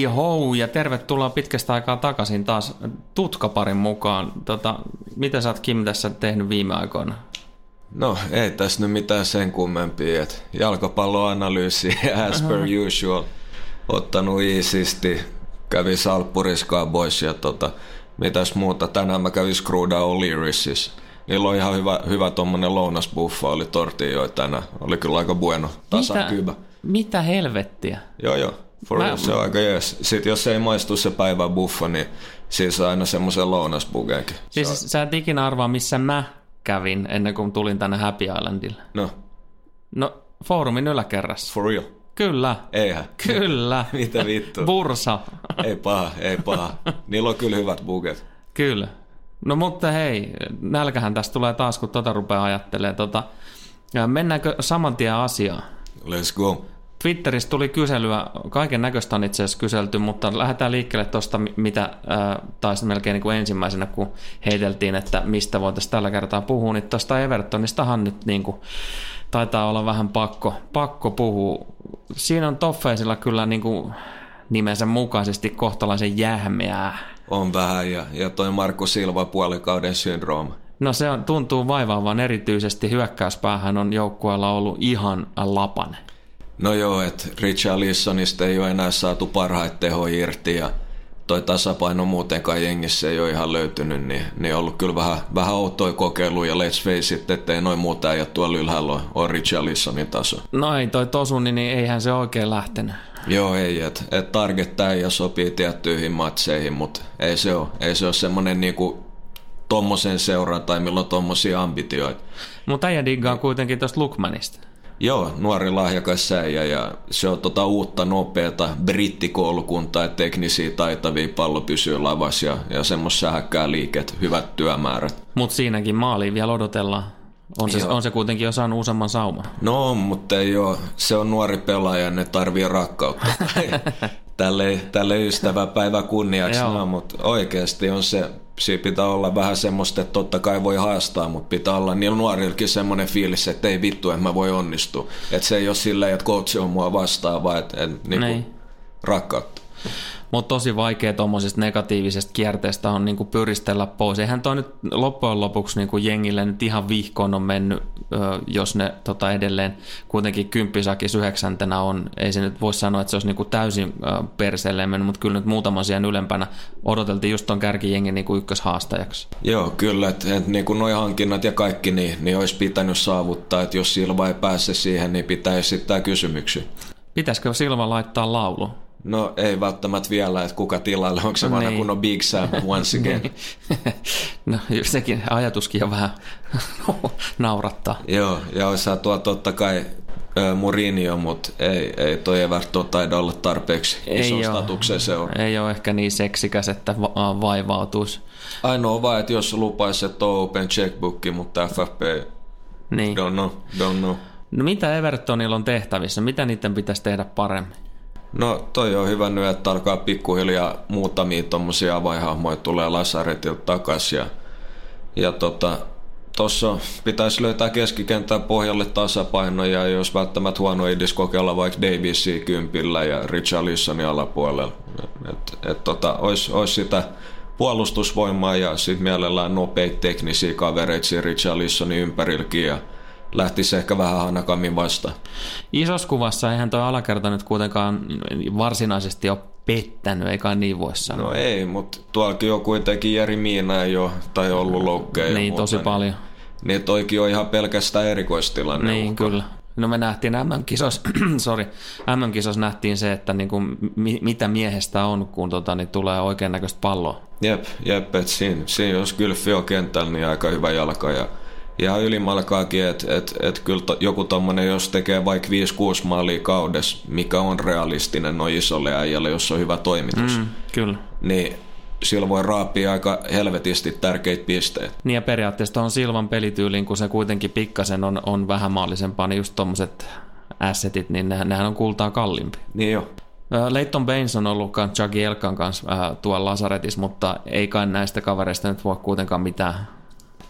Howdy ho, ja tervetuloa pitkästä aikaa takaisin taas Tutkaparin mukaan. Mitä sä oot, Kim, tässä tehnyt viime aikoina? No ei tässä nyt mitään sen kummempia, että jalkapalloanalyysiä as per usual, ottanut iisisti, kävi Salppuriskaan boys ja mitäs muuta, tänään mä kävin Screwda O'Leary'sissä. Niillä on ihan hyvä tommonen lounasbuffa, oli tortilloja tänään, oli kyllä aika bueno, tasakybä. Mitä helvettiä? Joo, se on aika jees. Sitten jos ei maistu se päivän buffa, niin siis saa aina semmoisen lounasbugeenkin. Siis sä et ikinä arvaa, missä mä kävin ennen kuin tulin tänne Happy Islandille. No, foorumin yläkerrassa. For real? Kyllä. Eihän? Kyllä. Mitä vittua? Bursa. Ei paha. Niillä on kyllä hyvät buget. Kyllä. No mutta hei, nälkähän tästä tulee taas, kun rupeaa ajattelemaan. Mennäänkö saman tien asiaan? Let's go. Twitterissä tuli kyselyä, kaiken näköistä on itse asiassa kyselty, mutta lähdetään liikkeelle tuosta, mitä taisi melkein niin kuin ensimmäisenä, kun heiteltiin, että mistä voitaisiin tällä kertaa puhua, niin tuosta Evertonistahan nyt niin kuin taitaa olla vähän pakko puhua. Siinä on Toffeisilla kyllä niin kuin nimensä mukaisesti kohtalaisen jähmeää. On vähän, ja toi Marko Silva puolikauden syndrooma. No se tuntuu vaivaavan erityisesti, hyökkäyspäähän on joukkueella ollut ihan lapanen. No joo, että Richarlisonista ei ole enää saatu parhaita tehoja irti ja toi tasapaino muutenkaan jengissä ei ole ihan löytynyt, niin on ollut kyllä vähän outoja kokeiluja ja let's face it, ettei noin muuta äijät tuolla ylhäällä ole Richarlisonin taso. No ei toi Tosun, niin eihän se oikein lähtenyt. Joo ei, että targettaa ja sopii tiettyihin matseihin, mutta ei se ole semmoinen niinku tommosen seuran tai milloin tommosia ambitioita. Mutta äijä diggaa kuitenkin tuosta Lookmanista. Joo, nuori lahjakas säijä ja se on uutta nopeata brittikoulukuntaa ja teknisiä taitavia, pallo pysyy lavassa ja semmoista sähäkkää liiket, hyvät työmäärät. Mutta siinäkin maaliin vielä odotellaan. On se kuitenkin jo saanut useamman sauman. No, mutta ei ole. Se on nuori pelaaja ja ne tarvii rakkautta. Tälle ystäväpäivä kunniaksi, mutta oikeasti on se. Siinä pitää olla vähän semmoista, että totta kai voi haastaa, mutta pitää olla niillä nuorillakin semmoinen fiilis, että ei vittu, että mä voi onnistua. Että se ei ole silleen, että coach on mua vastaan, vaan että niinku rakkautta. Mutta tosi vaikea tuommoisesta negatiivisesta kierteestä on niinku pyristellä pois. Eihän toi nyt loppujen lopuksi niinku jengille nyt ihan vihkoon on mennyt, jos ne edelleen kuitenkin 10-9 on. Ei se nyt voi sanoa, että se olisi niinku täysin perseelleen mennyt, mutta kyllä nyt muutaman sijaan ylempänä odoteltiin just ton kärkijengin niinku ykköshaastajaksi. Joo, kyllä, että niinku noi hankinnat ja kaikki niin olisi pitänyt saavuttaa, että jos Silva ei pääse siihen, niin pitää esittää kysymyksiä. Pitäisikö Silva laittaa laulu? No ei välttämättä vielä, että kuka tilalle, onko se vanha kunnon Big Sam once again. No sekin ajatuskin on vähän naurattaa. Joo, ja olisi totta kai Mourinho, mutta ei toi Everton taida olla tarpeeksi ison statuksen seura. Ei ole ehkä niin seksikäs, että vaivautuisi. Ainoa vaan, että jos lupaisi, että on open checkbookki, mutta FFP, niin. Don't know. No mitä Evertonilla on tehtävissä? Mitä niiden pitäisi tehdä paremmin? No toi on hyvä nyt, että alkaa pikkuhiljaa muutamia tommosia avainhahmoja tulee Lasaretilta takaisin ja tossa pitäisi löytää keskikentän pohjalle tasapainoja, jos välttämättä huono idis kokeilla vaikka Daviesia kympillä ja Richarlisonin alapuolella. Olisi sitä puolustusvoimaa ja sitten mielellään nopeita teknisiä kavereita siinä Richarlisonin ympärilläkin ja lähtisi ehkä vähän hanakammin vastaan. Isossa kuvassa eihän tuo alakerta nyt kuitenkaan varsinaisesti ole pettänyt, eikä niin voi sanoa. No ei, mutta tuollakin on kuitenkin Jeri Miina jo, tai ollut loukkeja. Niin, tosi paljon. Niin toikin on ihan pelkästään erikoistilanne. Niin, kyllä. No me nähtiin MM-kisossa nähtiin se, että niinku, mitä miehestä on, kun niin tulee oikein näköistä palloa. Jep, että siinä jos Gylfi on kentällä, niin aika hyvä jalka ja ihan ylimalkaakin, että kyllä joku tommonen, jos tekee vaikka 5-6 maalia kaudessa, mikä on realistinen noin isolle äijälle, jos on hyvä toimitus. Kyllä. Niin sillä voi raapia aika helvetisti tärkeitä pisteitä. Niin ja periaatteessa on Silvan pelityyliin, kun se kuitenkin pikkasen on vähän maallisempaa, niin just tommoset assetit, niin nehän on kultaa kalliimpi. Niin jo. Leighton Baines on ollut Jagi Elkan kanssa tuolla Lasaretissa, mutta ei kai näistä kavereista nyt voi kuitenkaan mitään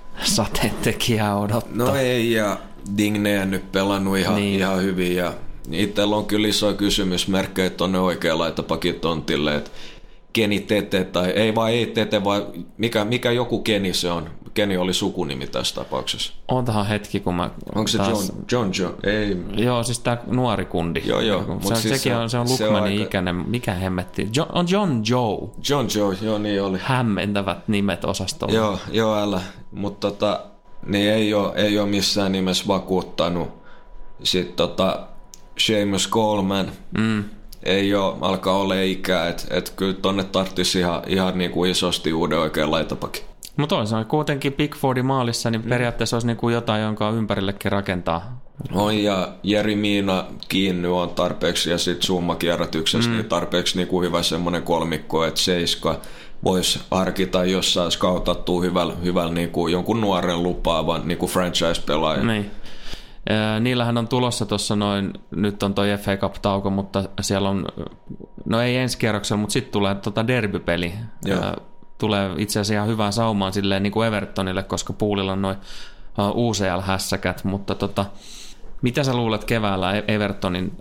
sateentekijää odottaa. No ei, ja Digne on nyt pelannut ihan hyvin, ja itsellä on kyllä iso kysymysmerkkejä tuonne oikean laitapakin tontille, että Kenny Tete, tai ei Tete, vaan mikä joku Kenny se on. Kenny oli sukunimi tässä tapauksessa. Otahan hetki, kun mä... Onko se taas... John? Ei. Joo, siis tää nuori kundi. Joo. Se on Lukmanin ikäinen. Mikä hemmetti? On John Joe. John Joe, joo niin oli. Hämmentävät nimet osastolla. Joo älä. Mutta niin ei ole missään nimessä vakuuttanut. Sitten Seamus Coleman. Ei ole, alkaa olla ikää, että kyllä tonne tarvitsisi ihan niin kuin isosti uuden oikean laitapakin. Mutta toisaalta kuitenkin Pickfordi maalissa, niin periaatteessa olisi niin kuin jotain, jonka ympärillekin rakentaa. Ja Jeri Miina kiinni on tarpeeksi, ja sitten summakierrätyksessä niin tarpeeksi niin kuin hyvä semmoinen kolmikko, että Seiska voisi harkita, jos saisi skautattua hyvällä niin kuin jonkun nuoren lupaavan niin kuin franchise-pelaajan. Niin. Niillähän on tulossa tuossa nyt on toi FA Cup-tauko, mutta siellä on, no ei ensi kierroksella, mutta sitten tulee derbypeli. Tulee itse asiassa ihan hyvään saumaan silleen niin kuin Evertonille, koska Poolilla on noin UCL-hässäkät, mutta mitä sä luulet keväällä Evertonin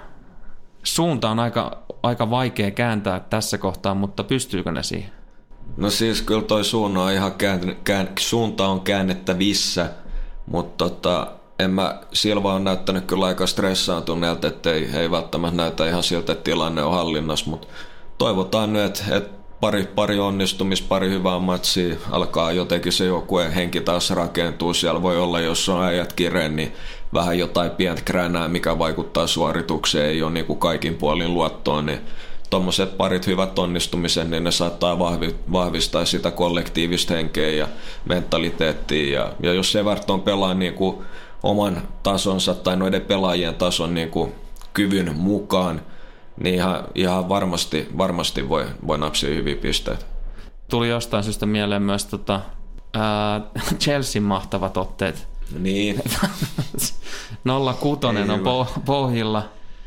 suunta on aika vaikea kääntää tässä kohtaa, mutta pystyykö ne siihen? No siis kyllä toi suunta on käännettävissä, mutta Silva on näyttänyt kyllä aika stressaantuneelta, että ei välttämättä näytä ihan siltä, että tilanne on hallinnassa, mutta toivotaan nyt, että pari onnistumista, pari hyvää matsia, alkaa jotenkin se joukkueen henki taas rakentuu. Siellä voi olla, jos on äijät kireen, niin vähän jotain pientä kränää, mikä vaikuttaa suoritukseen, ei ole niin kuin kaikin puolin luottoon, niin tuommoiset parit hyvät onnistumisen, niin ne saattaa vahvistaa sitä kollektiivista henkeä ja mentaliteettia. Ja jos Everton pelaa niin kuin oman tasonsa tai noiden pelaajien tason niin kuin kyvyn mukaan, niin ihan varmasti voi napsia hyviä pisteitä. Tuli jostain syystä mieleen myös Chelsean mahtavat otteet. Niin. 0-6 on pohjilla.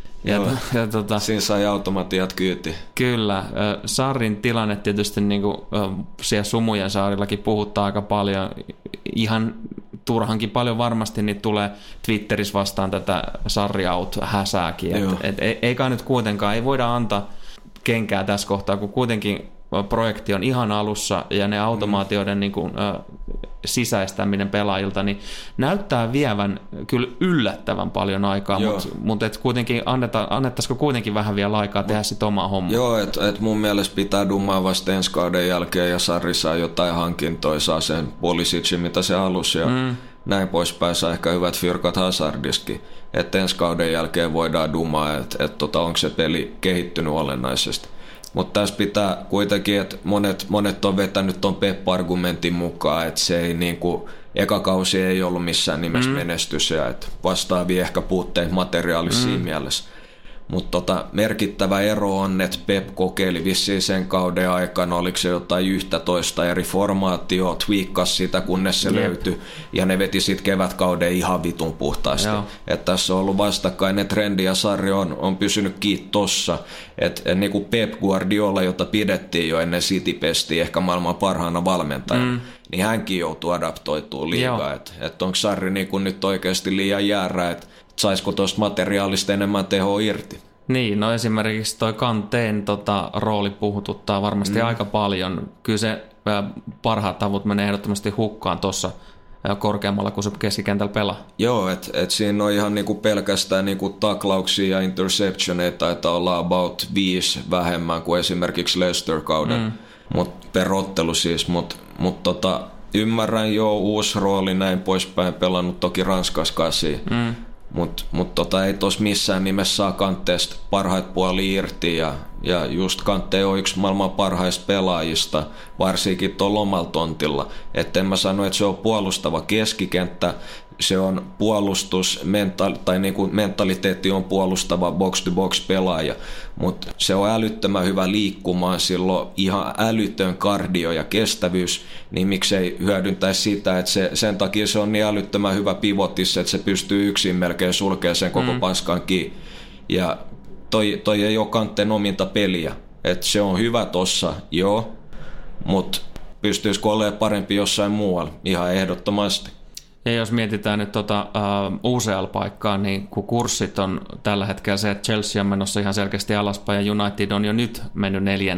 Siinä sai automatiat kyyti. Kyllä. Sarrin tilanne tietysti niin kuin siellä Sumujen saarillakin puhuttaa aika paljon. Ihan turhankin paljon varmasti niin tulee Twitterissä vastaan tätä Sarri out-häsääkin. Ei kai nyt kuitenkaan, ei voida antaa kenkää tässä kohtaa, kun kuitenkin projekti on ihan alussa ja ne automaatioiden niin kuin, sisäistäminen pelaajilta niin näyttää vievän kyllä yllättävän paljon aikaa, mutta kuitenkin annettaisiko kuitenkin vähän vielä aikaa tehdä sit omaa hommaa? Joo, että mun mielestä pitää dummaa vasta ensi kauden jälkeen ja Sarri saa jotain hankintoja, saa sen Pulisicin, mitä se halusi ja näin poispäin, saa ehkä hyvät fyrkat Hazardiskin, että ensi kauden jälkeen voidaan dummaa, että onko se peli kehittynyt olennaisesti. Mutta tässä pitää kuitenkin, että monet on vetänyt ton Pep-argumentin mukaan, että se ei niinku, eka kausi ei ollut missään nimessä menestys ja että vastaavia ehkä puutteita materiaalisia mielessä. Mutta merkittävä ero on, että Pep kokeili vissiin sen kauden aikana, oliko se jotain 11 eri formaatioa, twiikkasi sitä kunnes se löytyi ja ne veti sitten kevätkauden ihan vitun puhtaasti. Että tässä on ollut vastakkainen trendi ja Sarri on pysynyt kiinni tossa, että niin kuin Pep Guardiola, jota pidettiin jo ennen City-pestiä ehkä maailman parhaana valmentajana, niin hänkin joutuu adaptoitumaan liigaa. Että onko Sarri niin kuin nyt oikeasti liian jäärä, että saisiko tuosta materiaalista enemmän tehoa irti? Niin, no esimerkiksi toi Kanteen rooli puhututtaa varmasti aika paljon. Kyllä se parhaat avut menee ehdottomasti hukkaan tuossa korkeammalla, kun se keskikentällä pelaa. Joo, että siinä on ihan niinku pelkästään niinku taklauksia ja interceptioneita taitaa olla about 5 vähemmän kuin esimerkiksi Leicester-kauden, per ottelu siis, mutta ymmärrän jo uusi rooli näin poispäin, pelannut toki Ranskassa 8. Mutta ei tuossa missään nimessä saa Kanteesta parhaat puoli irti ja just Kante on yksi maailman parhaista pelaajista, varsinkin tuolla omalla tontilla. Että en mä sano, että se on puolustava keskikenttä, se on tai niinku mentaliteetti on puolustava box-to-box pelaaja, mutta se on älyttömän hyvä liikkumaan, silloin ihan älytön kardio ja kestävyys, niin miksei hyödyntäisi sitä, että sen takia se on niin älyttömän hyvä pivotissa, että se pystyy yksin melkein sulkemaan sen koko paskan kiinni. Ja toi ei ole Kanteen ominta peliä, että se on hyvä tossa, joo, mutta pystyisikö olemaan parempi jossain muualla, ihan ehdottomasti. Ja jos mietitään nyt UCL-paikkaa, niin kun kurssit on tällä hetkellä se, että Chelsea on menossa ihan selkeästi alaspäin ja United on jo nyt mennyt 4.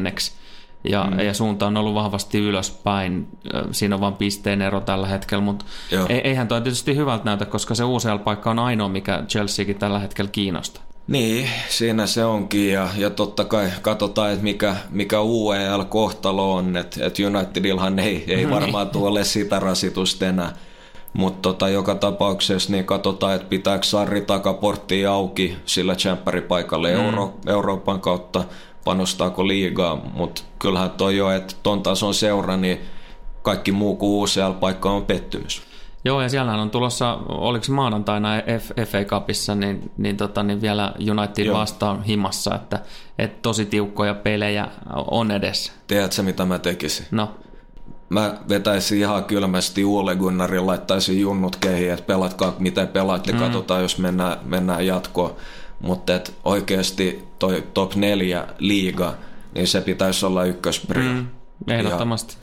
ja suunta on ollut vahvasti ylöspäin. Siinä on vain pisteen ero tällä hetkellä, mutta eihän toi tietysti hyvältä näytä, koska se UCL-paikka on ainoa, mikä Chelseakin tällä hetkellä kiinnostaa. Niin, siinä se onkin ja totta kai katsotaan, että mikä UEL-kohtalo on, että Unitedilhan ei varmaan tule sitä rasitusta enää. Mutta joka tapauksessa niin katsotaan, että pitääkö Sarri takaporttia auki sillä tsemppäripaikalle Euroopan kautta, panostaako liigaa, mutta kyllähän toi jo, että ton tason seura, niin kaikki muu kuin UCL-paikka on pettymys. Joo, ja siellähän on tulossa, oliko se maanantaina FA Cupissa, niin vielä United vastaan himassa, että tosi tiukkoja pelejä on edessä. Tiedätkö, mitä mä tekisin? No. Mä vetäisin ihan kylmästi Ole Gunnarin, laittaisin junnut kehiin, että pelatkaa miten pelaatte, katsotaan jos mennään jatkoon. Mutta oikeasti toi top 4 liiga, niin se pitäisi olla ykkösprio. Ehdottomasti.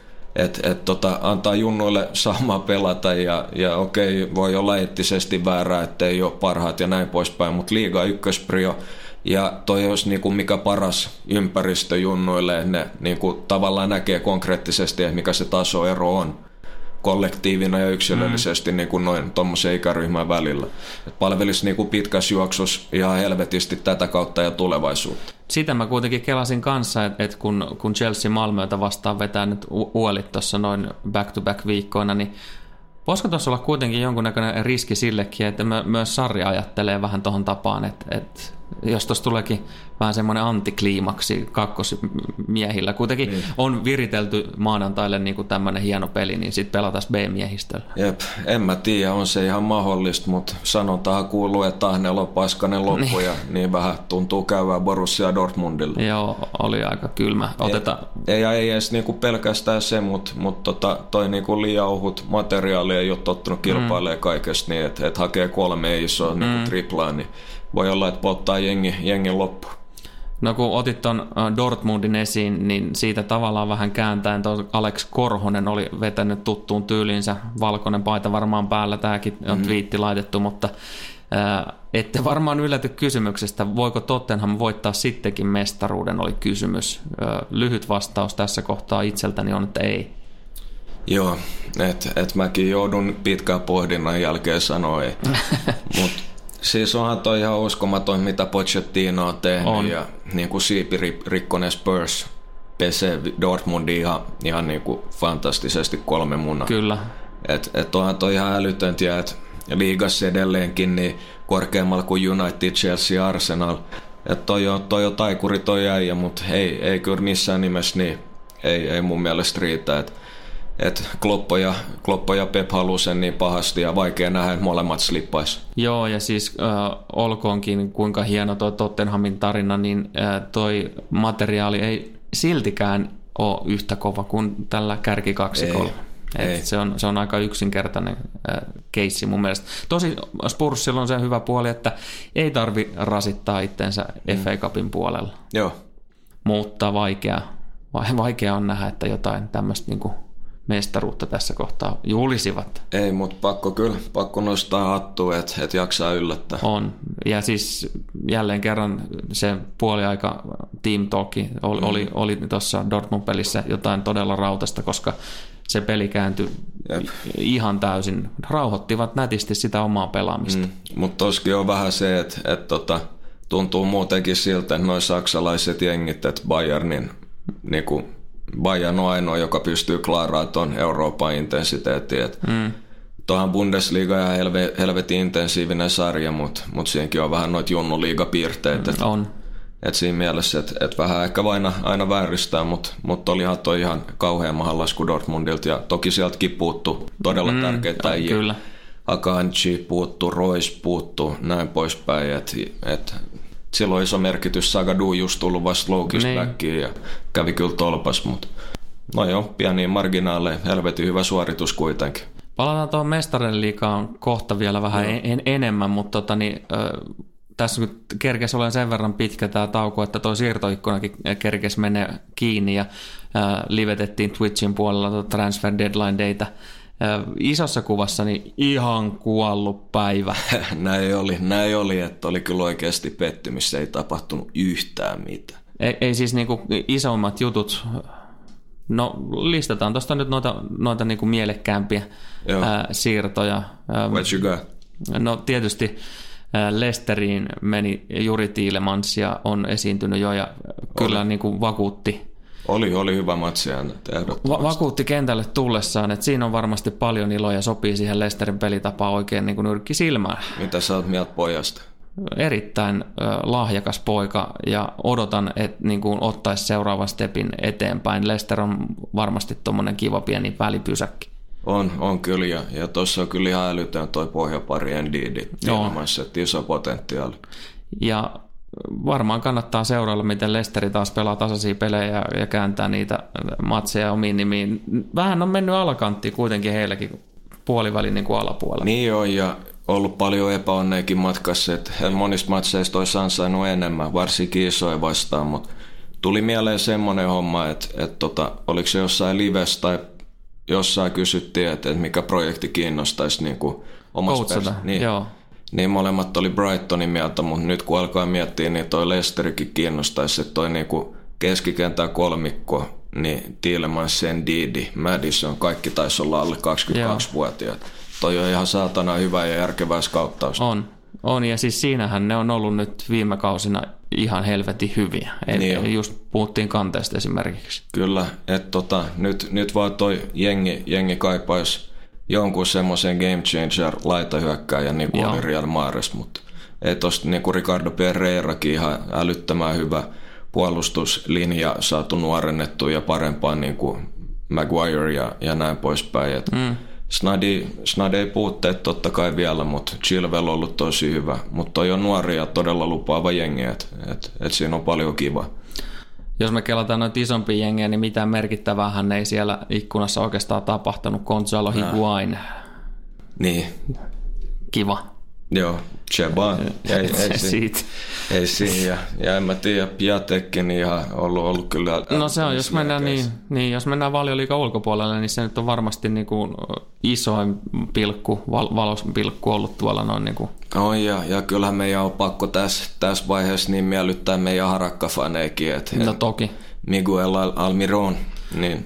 Antaa junnuille saamaan pelata ja okei, voi olla eettisesti väärää, ettei ole parhaat ja näin poispäin, mutta liiga ykkösprio. Ja toi olisi niinku mikä paras ympäristö junnuille, että ne niinku tavallaan näkee konkreettisesti, että mikä se tasoero on kollektiivina ja yksilöllisesti niinku noin tommoisen ikäryhmän välillä. Et palvelisi niinku pitkässä juoksussa ihan helvetisti tätä kautta ja tulevaisuutta. Sitä mä kuitenkin kelasin kanssa, että kun Chelsea Malmötä vastaan vetää nyt UELit tuossa noin back-to-back viikkoina, niin voisiko tuossa olla kuitenkin jonkunnäköinen riski sillekin, että myös Sarri ajattelee vähän tuohon tapaan, että jos tuossa tuleekin vähän semmoinen antikliimaksi kakkosmiehillä. Kuitenkin on viritelty maanantaille niin kuin tämmöinen hieno peli, niin sitten pelataan B-miehistöllä. Jep, en mä tiedä, on se ihan mahdollista, mutta sanontahan kuuluu, että Ahnelo on paskanen loppu ja niin vähän tuntuu käyvää Borussia Dortmundilla. Joo, oli aika kylmä. Ei edes niinku pelkästään se, mutta toi niinku liian ohut materiaali ei ole tottunut kilpailemaan kaikesta niin, että hakee 3 isoa niinku triplaa, niin voi olla, että polttaa jengin loppuun. No kun otit ton Dortmundin esiin, niin siitä tavallaan vähän kääntäen Alex Korhonen oli vetänyt tuttuun tyyliinsä, valkoinen paita varmaan päällä, tämäkin on twiitti laitettu, mutta ette varmaan ylläty kysymyksestä, voiko Tottenham voittaa sittenkin mestaruuden, oli kysymys. Lyhyt vastaus tässä kohtaa itseltäni on, että ei. Joo, että mäkin joudun pitkään pohdinnan jälkeen sanoa ei, mutta siis onhan toi ihan uskomaton, mitä Pochettino on tehnyt ja niin kuin siipirikkonen Spurs pesee Dortmundin ihan niin kuin fantastisesti 3 munaa. Kyllä. Et onhan toi ihan älytöntä ja liigassa edelleenkin niin korkeammalla kuin United, Chelsea, Arsenal. Et toi on taikuri toi äijä, mutta ei kyllä missään nimessä niin. Ei mun mielestä riitä, että Kloppo ja Pep haluaa sen niin pahasti ja vaikea nähdä, että molemmat slippaisi. Joo, ja siis olkoonkin kuinka hieno tuo Tottenhamin tarina, niin toi materiaali ei siltikään ole yhtä kova kuin tällä kärkikaksikolla. Se on aika yksinkertainen keissi mun mielestä. Tosi Spursilla on se hyvä puoli, että ei tarvi rasittaa itsensä FA Cupin puolella. Joo. Mutta vaikea on nähdä, että jotain tämmöistä niinku mestaruutta tässä kohtaa julisivat. Ei, mutta pakko nostaa hattua, että jaksaa yllättää. On. Ja siis jälleen kerran se puoliaika team talki oli tuossa Dortmund-pelissä jotain todella rautasta, koska se peli kääntyi ihan täysin. Rauhoittivat nätisti sitä omaa pelaamista. Mutta toskin on vähän se, että tuntuu muutenkin siltä, että noi saksalaiset jengit, että Bayernin niinku Bayern on ainoa, joka pystyy klaaraamaan tuon Euroopan intensiteettiin. Tuohan Bundesliga ja helvetin intensiivinen sarja, mutta siinäkin on vähän noita junnuliigapiirteitä. On. Et siinä mielessä, että vähän ehkä aina vääristää, mutta olihan toi ihan kauhean mahalasku Dortmundilta. Ja toki sieltäkin puuttuu todella tärkeitä äijä. Kyllä. Akanji puuttuu, Royce puuttuu, näin poispäin. Silloin on iso merkitys. Sagadu just tullut vasta loukista backiin ja kävi kyllä tolpas, mutta no joo, pieniä marginaaleja, helvetin hyvä suoritus kuitenkin. Palataan tuohon Mestarien liigaan kohta vielä vähän enemmän, mutta tässä kun kerkesi olen sen verran pitkä tämä tauko, että tuo siirtoikkunakin kerkesi menee kiinni ja livetettiin Twitchin puolella Transfer Deadline Dayta Isossa kuvassa niin ihan kuollut päivä. näin oli, että oli kyllä oikeasti pettymys, ei tapahtunut yhtään mitään. Ei siis niinku isommat jutut, no listataan tuosta nyt noita niinku mielekkäämpiä siirtoja. What you got? No tietysti Leicesteriin meni Juri Tielemans ja on esiintynyt jo ja kyllä niinku vakuutti. Oli hyvä matsi Vakuutti kentälle tullessaan, että siinä on varmasti paljon iloa ja sopii siihen Leicesterin pelitapaan oikein niin kuin nyrkki silmään. Mitä sä oot mieltä pojasta? Erittäin lahjakas poika ja odotan, että niin kuin ottaisi seuraavan stepin eteenpäin. Leicester on varmasti tuommoinen kiva pieni välipysäkki. On kyllä ja tuossa on kyllä ihan älytön toi pohjapari Ndidi ilmassa, että iso potentiaali. Ja varmaan kannattaa seurailla, miten Leicesteri taas pelaa tasaisia pelejä ja kääntää niitä matseja omiin nimiin. Vähän on mennyt alakanttiin kuitenkin heilläkin puolivälin niin kuin alapuolella. Niin on ja ollut paljon epäonneikin matkassa, että monissa matseissa olisi ansainnut enemmän, varsinkin isoja vastaan, mutta tuli mieleen semmoinen homma, että oliko se jossain livessä tai jossain kysyttiin, että mikä projekti kiinnostaisi niin kuin omassa niin molemmat oli Brightonin mieltä, mutta nyt kun alkaa miettiä, niin toi Leicesterikin kiinnostaisi, että toi niinku keskikentän kolmikko, niin Tielemans, Ndidi, Maddison, kaikki taisi olla alle 22-vuotiaat. Toi on ihan saatana hyvä ja järkevää skauttaus. On ja siis siinähän ne on ollut nyt viime kausina ihan helvetin hyviä. Niin just puhuttiin Kanteesta esimerkiksi. Kyllä, että nyt vaan toi jengi kaipaisi jonkun semmoisen game changer laitahyökkääjän niin kuin oli Real Mahrez, mutta ei tosta niin kuin Ricardo Pereirakin ihan älyttömän hyvä puolustuslinja saatu nuorennettua ja parempaan niin kuin Maguire ja näin poispäin. Snadei puutteet totta kai vielä, mutta Chilwell on ollut tosi hyvä, mutta toi on nuori ja todella lupaava jengi, että siinä on paljon kivaa. Jos me kelataan noita isompia jengejä, niin mitään merkittäväähän ei siellä ikkunassa oikeastaan tapahtunut. Gonzalo Higuain. Niin. Kiva. Joo, Cheba. Ei siinä. Ja en mä tiedä, Piatekkin ihan ollut kyllä. No se on, jos mennään, jos mennään Valioliigan ulkopuolelle, niin se nyt on varmasti niin kuin isoin pilkku, valospilkku ollut tuolla noin niin kuin. On ja kyllähän meidän on pakko tässä vaiheessa niin miellyttää meidän harakkafaneikin. No toki. Miguel Almiron, niin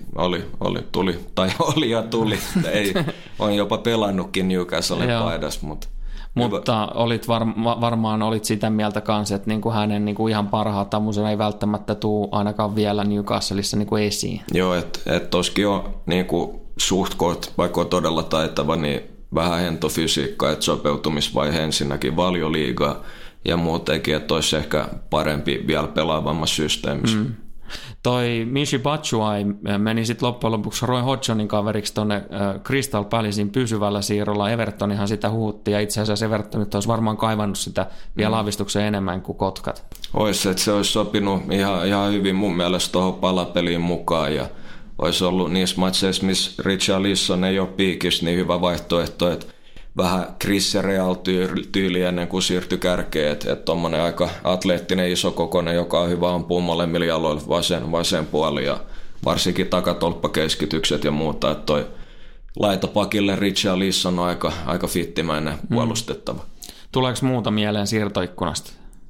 tuli. Ei, on jopa pelannutkin Newcastlen paidassa, mutta olit varmaan olit sitä mieltä kanssa, että niinku hänen niinku ihan parhaat ammusena ei välttämättä tule ainakaan vielä Newcastleissa niinku esiin. Joo, että toskin on niinku suht koht, vaikka on todella taitava, niin vähän hentofysiikkaa, että sopeutumisvaihe ensinnäkin Valioliigaa ja muutenkin, että olisi ehkä parempi vielä pelaavammassa systeemissä. Toi Michy Batshuayi meni sitten loppujen lopuksi Roy Hodgsonin kaveriksi tuonne Crystal Palaceen pysyvällä siirrolla. Evertonihan sitä huutti ja itse asiassa Everton nyt olisi varmaan kaivannut sitä vielä aavistuksen enemmän kuin Kotkat. Olisi, että se olisi sopinut ihan hyvin mun mielestä tuohon palapeliin mukaan ja olisi ollut niissä matseissa, missä Richarlison ei ole piikissä, niin hyvä vaihtoehto, että vähän Chris Real-tyyli ennen kuin siirtyi kärkeen, että tommonen aika atleettinen isokokoinen, joka on hyvä ampua molemmilla jaloilla vasen puoli ja varsinkin takatolppakeskitykset ja muuta, että toi laitapakille Richarlison on aika fittimäinen puolustettava. Tuleeko muuta mieleen siirtoikkunasta?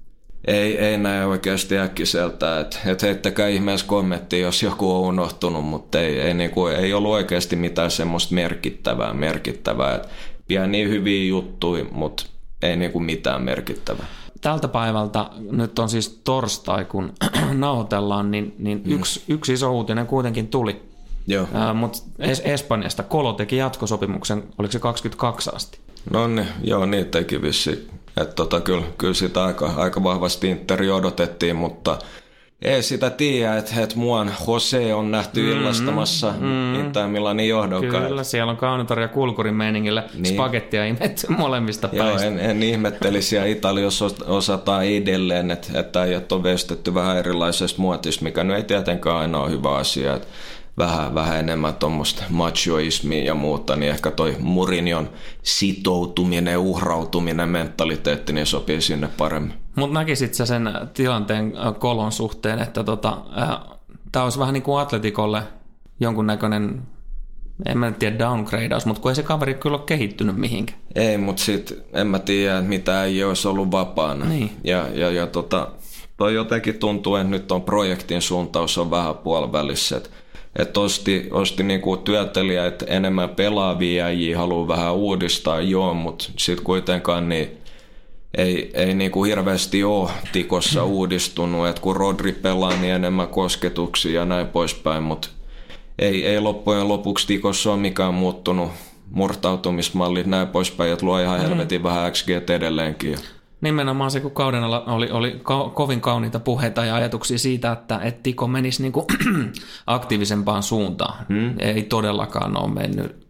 Ei näe oikeasti äkkiseltä, että heittäkää ihmeessä kommenttia, jos joku on unohtunut, mutta ei ollut oikeasti mitään semmoista merkittävää. Pieniä hyviä juttuja, mutta ei niinku mitään merkittävää. Tältä päivältä, nyt on siis torstai, kun nauhoitellaan, niin yksi iso uutinen kuitenkin tuli. Mutta Espanjasta Kolo teki jatkosopimuksen, oliko se 22 asti? No niin, joo, niin teki vissiin. Että kyllä sitä aika vahvasti Interi odotettiin, mutta ei sitä tiedä, että muuan Jose on nähty illastamassa Inter Milanin johdonkaan. Kyllä, siellä on Kaunotar ja Kulkurin meiningillä spagettia imetty molemmista päistä. Joo, en ihmettelisi, ja Italiassa osataan edelleen, että äijät on vestetty vähän erilaisesta muotista, mikä nyt ei tietenkään aina ole hyvä asia. Että vähän enemmän tuommoista machoismia ja muuta, niin ehkä toi Mourinhon sitoutuminen, uhrautuminen, mentaliteetti, niin sopii sinne paremmin. Mutta näkisit sä sen tilanteen Kolon suhteen, että tämä olisi vähän niin kuin Atletikolle jonkunnäköinen, en mä tiedä downgradeaus, mutta kun ei se kaveri kyllä ole kehittynyt mihinkään. Ei, mutta sitten en mä tiedä, mitä ei olisi ollut vapaana. Niin. Ja toi jotenkin tuntuu, että nyt on projektin suuntaus on vähän puolivälissä. Että osti niinku työtelijät enemmän pelaavia äijiä, haluaa vähän uudistaa, joo, mutta sitten kuitenkaan niin ei niinku hirveästi ole Tikossa uudistunut. Et kun Rodri pelaa, niin enemmän kosketuksia ja näin poispäin, mutta ei loppujen lopuksi Tikossa ole mikään muuttunut murtautumismallit näin poispäin, että luo ihan helvetin vähän XG edelleenkin. Nimenomaan se, kun kauden alla oli kovin kauniita puheita ja ajatuksia siitä, että Tiko menisi niinku aktiivisempaan suuntaan. Ei todellakaan ole mennyt.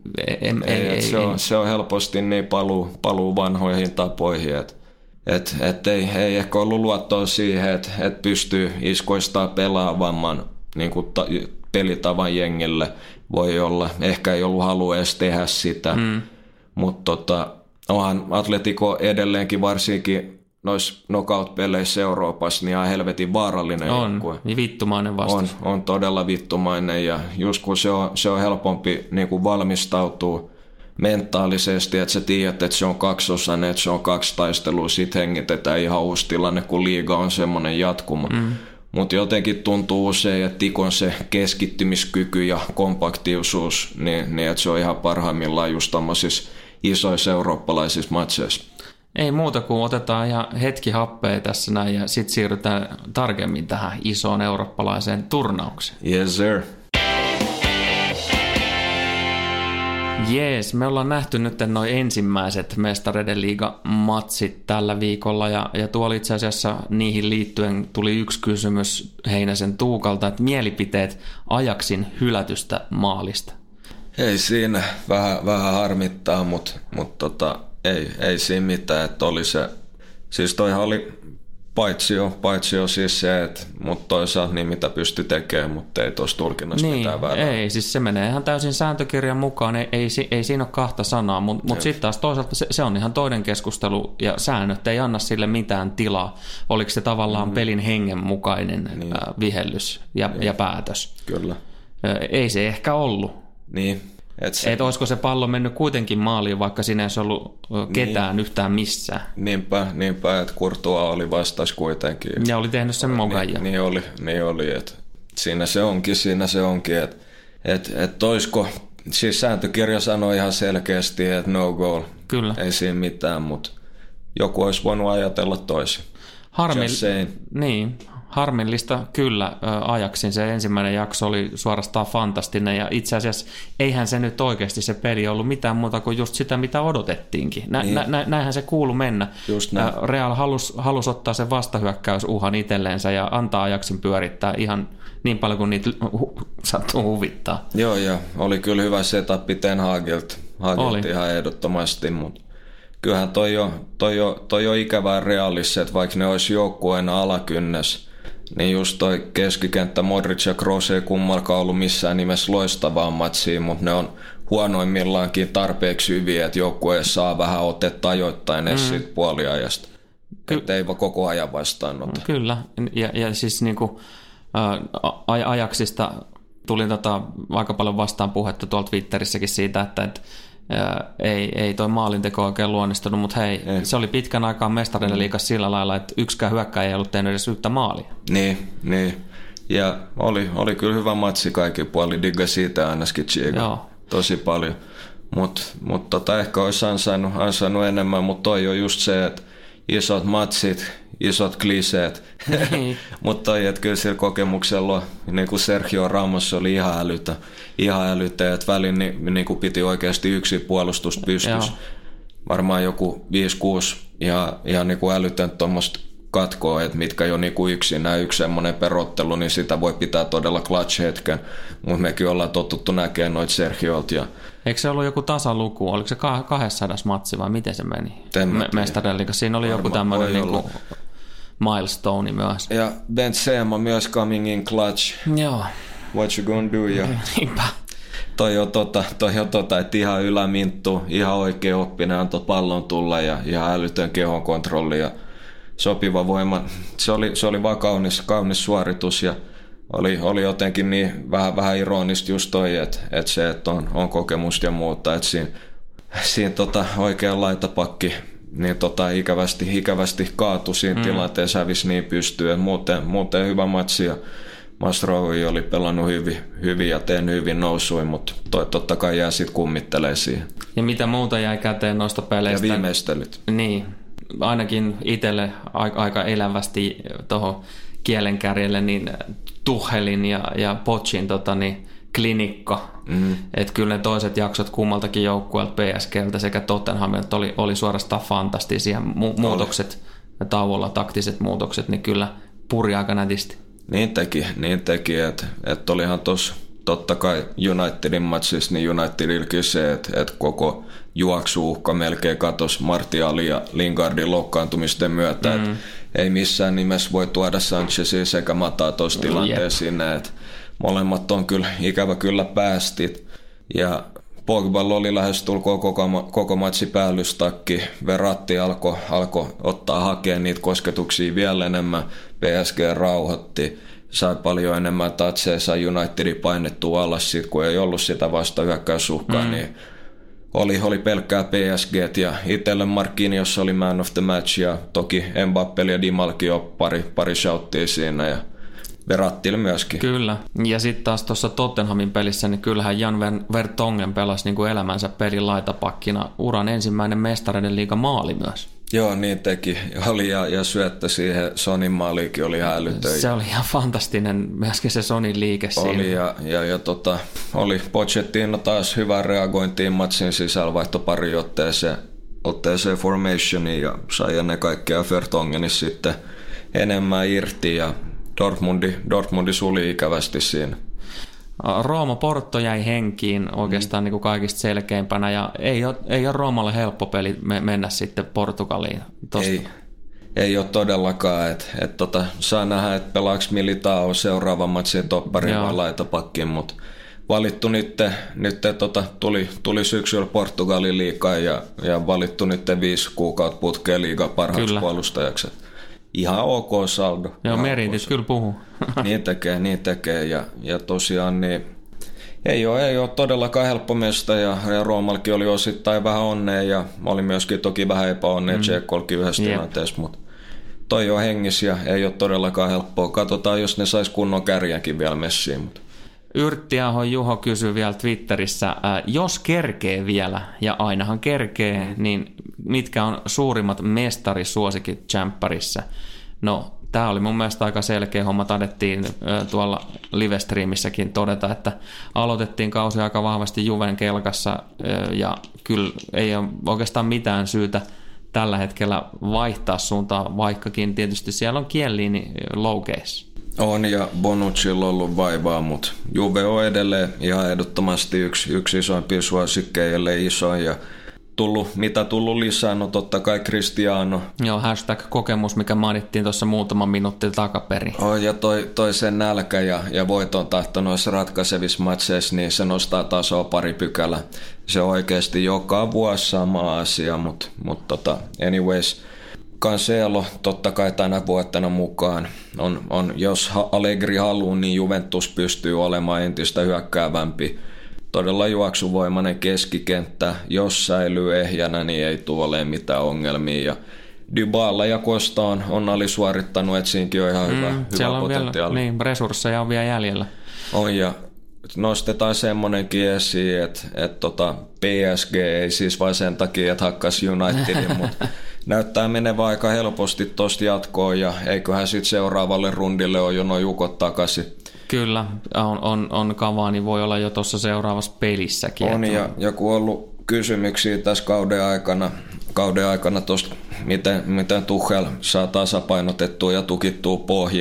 Se on helposti niin paluu vanhoihin tapoihin, että ei ehkä ollut luottoa siihen, että pystyy iskoistaa pelaavamman niin kuin pelitavan jengille. Voi olla. Ehkä ei ollut halua edes tehdä sitä, mutta onhan Atletico edelleenkin varsinkin noissa knockout-peleissä Euroopassa niin ihan helvetin vaarallinen joukkue. On, niin vittumainen vastus. On todella vittumainen ja just kun se on helpompi niin kuin valmistautua mentaalisesti, että sä tiedät, että se on kaksosainen, että se on 2 taistelua, sit hengitetään ihan uusi tilanne, kun liiga on semmoinen jatkuma. Mutta jotenkin tuntuu usein, että Tikon se keskittymiskyky ja kompaktiusuus, niin että se on ihan parhaimmillaan just tommosissa isoissa eurooppalaisissa matseissa. Ei muuta kuin otetaan ihan hetki happea tässä näin ja sitten siirrytään tarkemmin tähän isoon eurooppalaiseen turnaukseen. Yes sir. Jees, me ollaan nähty nyt noin ensimmäiset Mestareiden liiga-matsit tällä viikolla ja tuolla itse asiassa niihin liittyen tuli yksi kysymys Heinäsen Tuukalta, että mielipiteet Ajaxin hylätystä maalista. Ei siinä, vähän harmittaa, mutta ei siinä mitään, että oli se, siis toihan oli paitsio siis se, mutta toisaalta niin mitä pystyi tekemään, mutta ei tuossa tulkinnassa mitään väärää. Ei, siis se menee ihan täysin sääntökirjan mukaan, ei siinä ole kahta sanaa, mutta sitten taas toisaalta se on ihan toinen keskustelu ja säännöt ei anna sille mitään tilaa. Oliko se tavallaan pelin hengen mukainen vihellys ja päätös? Kyllä. Ei se ehkä ollut. Niin. Että olisiko se pallo mennyt kuitenkin maaliin, vaikka siinä ei olisi ollut ketään yhtään missään. Niinpä, että Courtois oli vastas kuitenkin. Ja oli tehnyt sen mokan. Niin oli, että siinä se onkin, että olisiko, siis sääntökirja sanoi ihan selkeästi, että no goal. Kyllä. Ei siinä mitään, mutta joku olisi voinut ajatella toisin. Harmillista kyllä Ajaxin. Se ensimmäinen jakso oli suorastaan fantastinen ja itse asiassa eihän se nyt oikeasti se peli ollut mitään muuta kuin just sitä, mitä odotettiinkin. Näinhän se kuului mennä. Real halusi ottaa sen vastahyökkäysuhan itselleensä ja antaa Ajaxin pyörittää ihan niin paljon kuin niitä sattuu huvittaa. Joo, oli kyllä hyvä setup Ten Hagelt ihan ehdottomasti, mutta kyllähän toi on ikävää Realissa, että vaikka ne olisi joukkueena alakynnessä, niin just toi keskikenttä Modric ja Kroos ei kummalkaan ollut missään nimessä loistavaa matsia, mutta ne on huonoimmillaankin tarpeeksi hyviä, että joukkue saa vähän otetta ajoittain edes siitä puoliajasta. Että ei vaan koko ajan vastaanota. Kyllä, ja siis niinku Ajaxista tuli aika paljon vastaan puhetta tuolta Twitterissäkin siitä, että ei toi maalinteko oikein luonnistunut, mutta se oli pitkän aikaa Mestareiden liigassa sillä lailla, että yksikään hyökkääjä ei ollut tehnyt edes yhtä maalia. Niin. Ja oli kyllä hyvä matsi kaikki puoli, digga siitä ainakin Chiega. Tosi paljon. Mutta ehkä olisi ansainnut enemmän, mutta toi on just se, että isot matsit, isot kliseet. Mutta toi, että kyllä sillä kokemuksella, niin kuin Sergio Ramos oli ihan älytä, että välin niin kuin piti oikeasti yksi puolustus pystyssä. Varmaan joku 5-6 ihan niin kuin älytön tuommoista katkoa, että mitkä jo niin kuin yksi semmoinen perottelu, niin sitä voi pitää todella clutch-hetken. Mutta mekin ollaan totuttu näkemään noita Sergiolta. Eikö se ollut joku tasaluku? Oliko se 200 matsi vai miten se meni? Mestareiden liigassa. Siinä oli joku tämmöinen niinku milestone myös. Ja Benzema myös coming in clutch. Joo. What you gonna do? Niinpä. Toi on että ihan yläminttu, ihan oikein oppinen, antoi pallon tulla ja ihan älytön kehon kontrolli ja sopiva voima. Se oli vaan kaunis suoritus ja oli jotenkin niin vähän ironista just toi, että se, että on kokemusta ja muuta, että siinä oikea laitapakki niin ikävästi kaatui siinä tilanteessa, hävisi niin pystyyn. Muuten hyvä matsi ja Masraoui oli pelannut hyvin ja tehnyt hyvin nousui, mutta totta kai jää sitten kummittelee siihen. Ja mitä muuta jäi käteen noista peleistä? Ja viimeistelyt. Niin, ainakin itselle aika elävästi tuohon kielenkärjelle niin Tuchelin ja Pochin klinikka. Että kyllä ne toiset jaksot kummaltakin joukkueelta PSGltä sekä Tottenhamilta oli suorastaan fantastisia. Muutokset tauolla, taktiset muutokset, niin kyllä puri aika nätisti. Niin teki, että olihan tuossa totta kai Unitedin matsissa, niin Unitedillekin se, että koko juoksuuhka melkein katosi Martialin ja Lingardin loukkaantumisten myötä. Ei missään nimessä voi tuoda Sanchezia sekä Mataa tuossa tilanteessa sinne, että molemmat on kyllä ikävä kyllä päästit. Ja Pogballa oli lähestulkoon koko matsi päällystakki. Verratti alkoi ottaa hakea niitä kosketuksia vielä enemmän. PSG rauhoitti. Sai paljon enemmän tatseja, sai Unitedin painettua alas sit, kun ei ollut sitä vasta hyökkäysuhkaa, niin oli pelkkää PSG ja itselle Marquinhos oli man of the match ja toki Mbappé ja Dimalki on pari shouttia siinä ja Verrattille myöskin. Kyllä, ja sitten taas tuossa Tottenhamin pelissä, niin kyllähän Jan Vertonghen pelasi niin kuin elämänsä pelin laitapakkina. Uran ensimmäinen Mestareiden liiga maali myös. Joo, niin teki. Oli ja syöttö siihen Sonin maaliikin oli hälytön. Se oli ihan fantastinen myöskin se Sonin liike siinä. Oli oli Pochettino taas hyvä reagointiin matsin sisällä, vaihtoi pari otteeseen formationiin ja sai ennen kaikkea Vertonghenin sitten enemmän irti ja Dortmundi suli ikävästi siinä. Rooma-Porto jäi henkiin oikeastaan niin kuin kaikista selkeimpänä ja ei ole Roomalle helppo peli mennä sitten Portugaliin. Ei ole todellakaan. Saa nähdä, että pelaako Militao seuraavan matsin topparin vai laitapakkiin, mutta valittu nyt tuli syksyllä Portugalin liigaan ja valittu nyt 5 kuukautta putkeen liigan parhaaksi puolustajaksi. Ihan ok saldo. Joo, meritit kyllä puhuu. Niin tekee ja tosiaan niin ei ole todellakaan helppo mesta ja Roomalkin oli osittain vähän onnea ja oli myöskin toki vähän epäonnea Tsekkolkin yhdessä tilanteessa, mutta toi on hengissä ja ei ole todellakaan helppoa. Katsotaan, jos ne sais kunnon kärjänkin vielä messiin. Mutta. Yrttiahon Juho kysyy vielä Twitterissä, jos kerkee vielä, ja ainahan kerkee, niin mitkä on suurimmat mestarisuosikit Champarissa? No, tämä oli mun mielestä aika selkeä homma. Tadettiin tuolla livestreamissäkin todeta, että aloitettiin kausi aika vahvasti Juven kelkassa, ja kyllä ei ole oikeastaan mitään syytä tällä hetkellä vaihtaa suuntaan, vaikkakin tietysti siellä on Chiellini loukeissa. On ja Bonuccilla on ollut vaivaa, mutta Juve on edelleen ihan ehdottomasti yksi isoimpia suosikkeja, ellei isoin ja tullut lisää, no totta kai Cristiano. Joo, #kokemus, mikä mainittiin tuossa muutama minuutti takaperin. Ja toi sen nälkä ja voiton tahto noissa ratkaisevissa matseissa, niin se nostaa tasoa pari pykälää. Se on oikeasti joka vuosi sama asia, mutta anyways. Cancelo totta kai tänä vuotena mukaan. Jos Allegri haluaa, niin Juventus pystyy olemaan entistä hyökkäävämpi. Todella juoksuvoimainen keskikenttä. Jos säilyy ehjänä, niin ei tule olemaan mitään ongelmia. Ja Dybala ja Costa on alisuorittanut, että siinäkin on ihan hyvä potentiaali. Vielä, resursseja on vielä jäljellä. On ja nostetaan semmonenkin esiin, että PSG ei siis vain sen takia, että hakkasi Unitedin, mutta näyttää menevän aika helposti tuosta jatkoon ja eiköhän sitten seuraavalle rundille ole jo noin jukot takaisin. Kyllä, on Cavani, voi olla jo tuossa seuraavassa pelissäkin. On ja kun on ollut kysymyksiä tässä kauden aikana tuosta, miten Tuchel saa tasapainotettua ja tukittua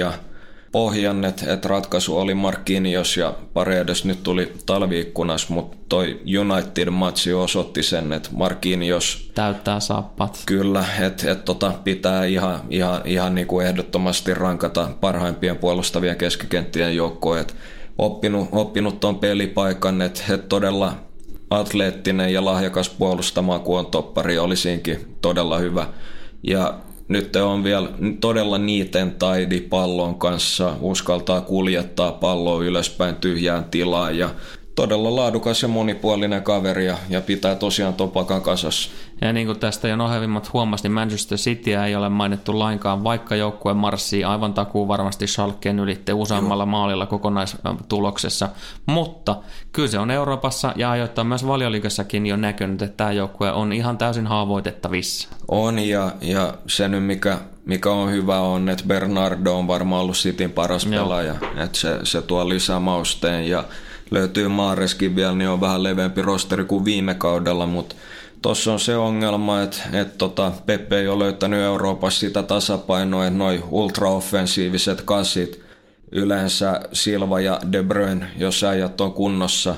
pohjan, että ratkaisu oli Marquinhos ja Paredes nyt tuli talviikkunassa, mutta toi United-matsi osoitti sen, että Marquinhos täyttää sappat. Kyllä, että pitää ihan niin kuin ehdottomasti rankata parhaimpien puolustavien keskikenttien joukkoon, että oppinut ton pelipaikan, että todella atleettinen ja lahjakas puolustamaan, kun on toppari, oli siinkin todella hyvä. Ja nyt on vielä todella niiten taidi pallon kanssa, uskaltaa kuljettaa palloa ylöspäin tyhjään tilaan ja todella laadukas ja monipuolinen kaveri ja pitää tosiaan topakan kasassa. Ja niin kuin tästä jo nohevimmat huomasi, niin Manchester Cityä ei ole mainittu lainkaan, vaikka joukkue marssii aivan takuu varmasti Schalken ylitte useammalla maalilla kokonaistuloksessa. Mutta kyllä se on Euroopassa ja ajoittain myös Valioliigassakin jo näkynyt, että tämä joukkue on ihan täysin haavoitettavissa. On ja se nyt mikä on hyvä on, että Bernardo on varmaan ollut Cityn paras pelaaja, että se tuo lisää mausteen ja löytyy Maareskin vielä, niin on vähän leveämpi rosteri kuin viime kaudella, mutta tuossa on se ongelma, että Pepe ei ole löytänyt Euroopassa sitä tasapainoa, että noi ultraoffensiiviset kasit, yleensä Silva ja De Bruyne, jos äijät on kunnossa,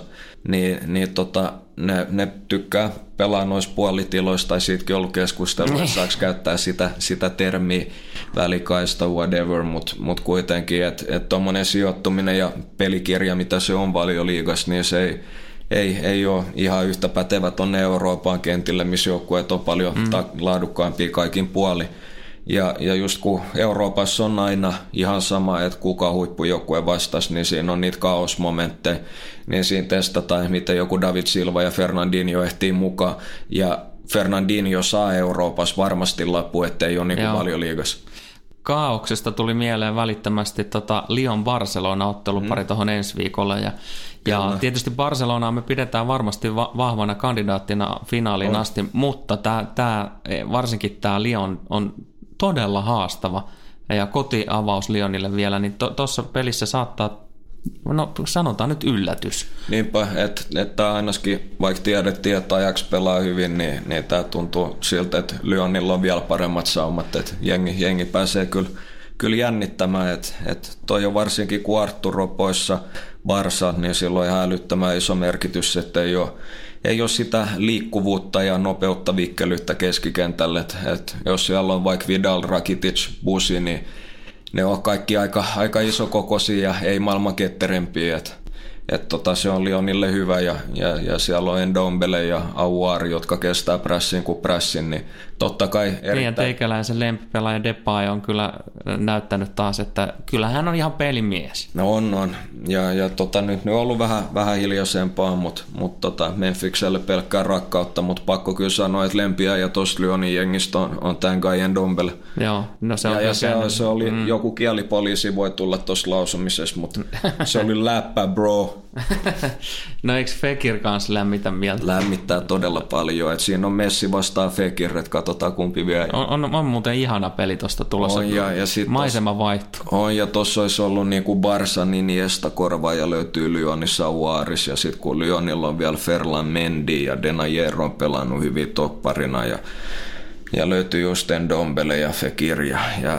ne tykkää pelaa noissa puolitiloissa, tai siitäkin on ollut keskustelua, että saako käyttää sitä termiä välikaista, whatever, mutta kuitenkin, että tuommoinen sijoittuminen ja pelikirja, mitä se on Valioliigassa, niin se ei ole ihan yhtä pätevä tuonne Euroopan kentille, missä joukkueet on paljon laadukkaampia kaikin puolin. Ja just kun Euroopassa on aina ihan sama, että kuka huippujoukkue vastasi, niin siinä on niitä kaosmomentteja, niin siinä testataan, miten joku David Silva ja Fernandinho ehtii mukaan, ja Fernandinho saa Euroopassa varmasti lappu, ettei ole niin kuin Valioliigassa. Kaauksesta tuli mieleen välittömästi Lyon-Barcelona-ottelupari tuohon ensi viikolla, ja tietysti Barcelonaa me pidetään varmasti vahvana kandidaattina finaaliin asti, mutta varsinkin tämä Lyon on todella haastava, ja kotiavaus Lyonille vielä, niin tuossa pelissä saattaa, sanotaan nyt yllätys. Niinpä, että ainakin, vaikka tiedettiin, että Ajax pelaa hyvin, niin tämä tuntuu siltä, että Lyonilla on vielä paremmat saumat, että jengi pääsee kyllä jännittämään, että toi on varsinkin kun Arturo poissa Barsa, niin silloin ihan älyttömän iso merkitys, että ei ole sitä liikkuvuutta ja nopeutta vikkelyyttä keskikentälle, että jos siellä on vaikka Vidal, Rakitic, Busi, niin ne on kaikki aika isokokoisia ja ei maailman ketterempiä, että se on Lyonille hyvä ja siellä on Ndombele ja Aouar, jotka kestää pressin kuin pressin, niin totta kai erittäin. Niin, teikäläisen lempipelaaja Depay on kyllä näyttänyt taas, että kyllä hän on ihan pelimies. No on. Ja nyt on ollut vähän hiljaisempaa, mutta Memphikselle pelkkää rakkautta, mutta pakko kyllä sanoa, että lempiä ja tuosta Lyonin jengistä on tämän Guy Ndombele. Joo, no se on se oli joku kielipoliisi voi tulla tuossa lausumisessa, mutta se oli läppä, bro. No eikö Fekir kanssa lämmitä mieltä? Lämmittää todella paljon, että siinä on Messi vastaan Fekir, että katsotaan kumpi vie. On muuten ihana peli tuosta tulossa. Maisema vaihtuu. On, ja tuossa olisi ollut niin kuin Barsan Iniesta korvaaja löytyy Lyonissa Aouaris, ja sitten kun Lyonilla on vielä Ferland Mendy ja Denayer on pelannut hyvin topparina, ja löytyy just Ndombele ja Fekir ja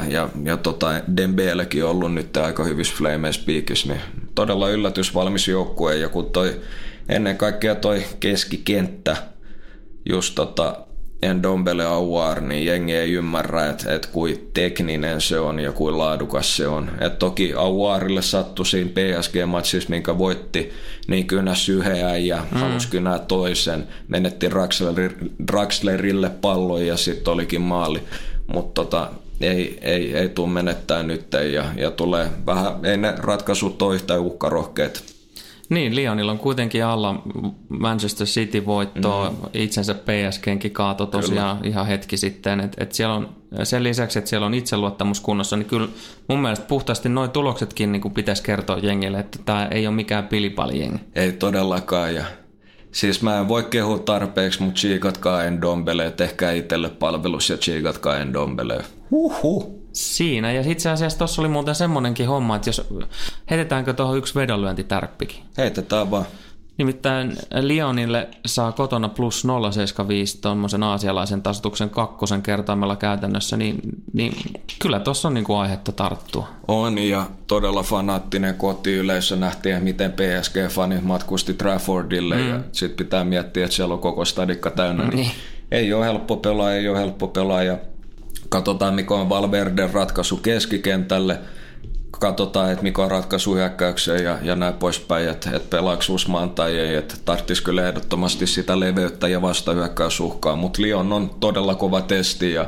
Dembelekin on ollut nyt aika hyvissä flameissa piikissä, niin todella yllätysvalmis joukkue, ja kun ennen kaikkea toi keskikenttä, just Ndombele Aouar, niin jengi ei ymmärrä, että kuin tekninen se on ja kuin laadukas se on. Et toki Aouarille sattui siinä PSG-matsissa, minkä voitti, niin kynäs yhden ja halusi kynää toisen. Menetti Draxlerille pallon ja sitten olikin maali. Mutta ei tule menettää nyt ja tulee vähän, ei ne ratkaisut ole yhtään uhkarohkeet. Niin, Lyonilla on kuitenkin alla Manchester City voittoa, itsensä PSG:nkin kaato tosiaan ihan hetki sitten, että siellä on sen lisäksi, että siellä on itseluottamus kunnossa, niin kyllä mun mielestä puhtaasti nuo tuloksetkin niin kuin pitäisi kertoa jengille, että tämä ei ole mikään pilipalijengi. Ei todellakaan, ja siis mä en voi kehua tarpeeksi, mutta tsiikatkaa Ndombele, tehkää itselle palvelus ja tsiikatkaa Ndombele. Siinä, ja itse asiassa tuossa oli muuten semmoinenkin homma, että jos heitetäänkö tuohon yksi vedonlyöntitärppikin? Heitetään vaan. Nimittäin Lyonille saa kotona plus 0,75 tuommoisen aasialaisen tasoituksen 2 kertaimella käytännössä, niin kyllä tuossa on niinku aihetta tarttua. On, ja todella fanaattinen kotiyleisö. Nähtiin, miten PSG-fanit matkusti Traffordille, ja sitten pitää miettiä, että siellä on koko stadikka täynnä. Niin ei ole helppo pelaa, ja katsotaan, mikä on Valverden ratkaisu keskikentälle. Katsotaan, että mikä on ratkaisu hyökkäykseen ja näin poispäin, että pelaako Usman tai ei, että tarvitsisi kyllä ehdottomasti sitä leveyttä ja vastahyökkäysuhkaa, mutta Lyon on todella kova testi ja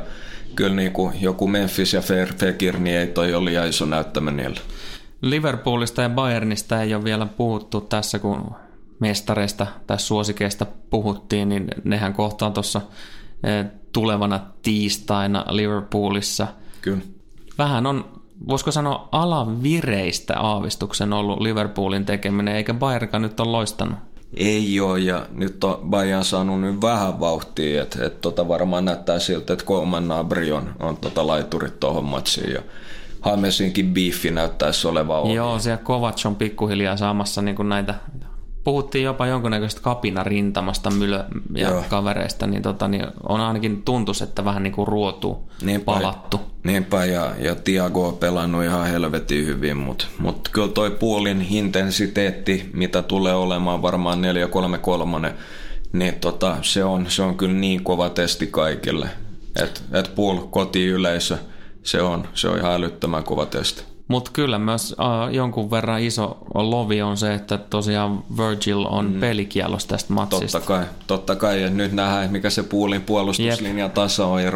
kyllä niin kuin joku Memphis ja Fekir, niin ei toi ole liian iso näyttämä niillä. Liverpoolista ja Bayernista ei ole vielä puhuttu tässä, kun mestareista tai suosikeista puhuttiin, niin nehän kohtaa tuossa tulevana tiistaina Liverpoolissa. Kyllä. Vähän on, voisiko sanoa, alavireistä aavistuksen ollut Liverpoolin tekeminen, eikä Bayernkaan nyt ole loistanut. Ei ole, ja nyt on Bayern saanut nyt vähän vauhtia, että varmaan näyttää siltä, että Koeman Gnabry on laiturit tuohon matsiin, ja Hamesinkin biifi näyttäisi olevan ohi. Joo, siellä Kovac on pikkuhiljaa saamassa niin kuin näitä, puhuttiin jopa jonkunnäköistä kapinarintamasta ja kavereista, niin, niin on ainakin tuntus, että vähän niin kuin ruotuu, palattu. Niinpä, ja Thiago on pelannut ihan helvetin hyvin, mutta kyllä toi puolin intensiteetti, mitä tulee olemaan varmaan 4-3-3, niin se on kyllä niin kova testi kaikille, että Pool kotiyleisö, se on ihan älyttömän kova testi. Mutta kyllä myös jonkun verran iso lovi on se, että tosiaan Virgil on pelikielos tästä matsista. Totta kai, ja nyt nähdään, mikä se Poolin puolustuslinjan taso on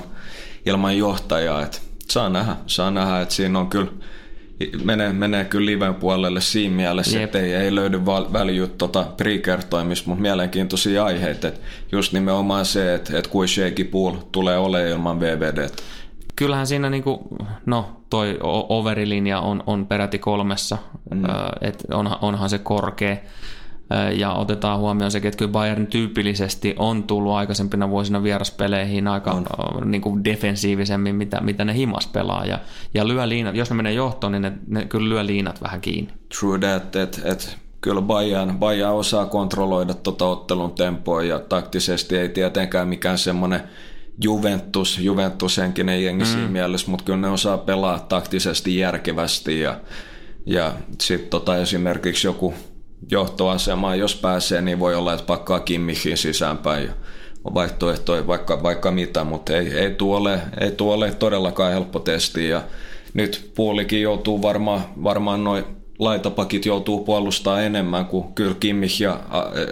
ilman johtajaa. Et saa nähdä, että siinä on kyllä, menee kyllä liven puolelle siinä mielessä, että ei löydy väljyyttä pre-kertoimista, mutta mielenkiintoisia aiheita. Et just nimenomaan se, että kui shaky Pool tulee olemaan ilman VVDtä. Kyllähän siinä toi overilinja on peräti 3, että onhan se korkea. Ja otetaan huomioon sekin, että kyllä Bayern tyypillisesti on tullut aikaisempina vuosina vieraspeleihin aika niin kuin defensiivisemmin, mitä ne himas pelaa. Ja lyö liinat, jos ne menee johtoon, niin ne kyllä lyö liinat vähän kiinni. True that, että kyllä Bayern osaa kontrolloida ottelun tempoa, ja taktisesti ei tietenkään mikään semmoinen Juventus-henkinen jengi siinä mielessä, mutta kyllä ne osaa pelaa taktisesti järkevästi, ja sitten esimerkiksi joku johtoasema, jos pääsee, niin voi olla, että pakkaa Kimmichiin sisäänpäin ja on vaihtoehtoja vaikka mitä, mutta ei tuo ole todellakaan helppo testi, ja nyt Poolikin joutuu varmaan noin laitapakit joutuu puolustaa enemmän kuin kyllä Kimmich ja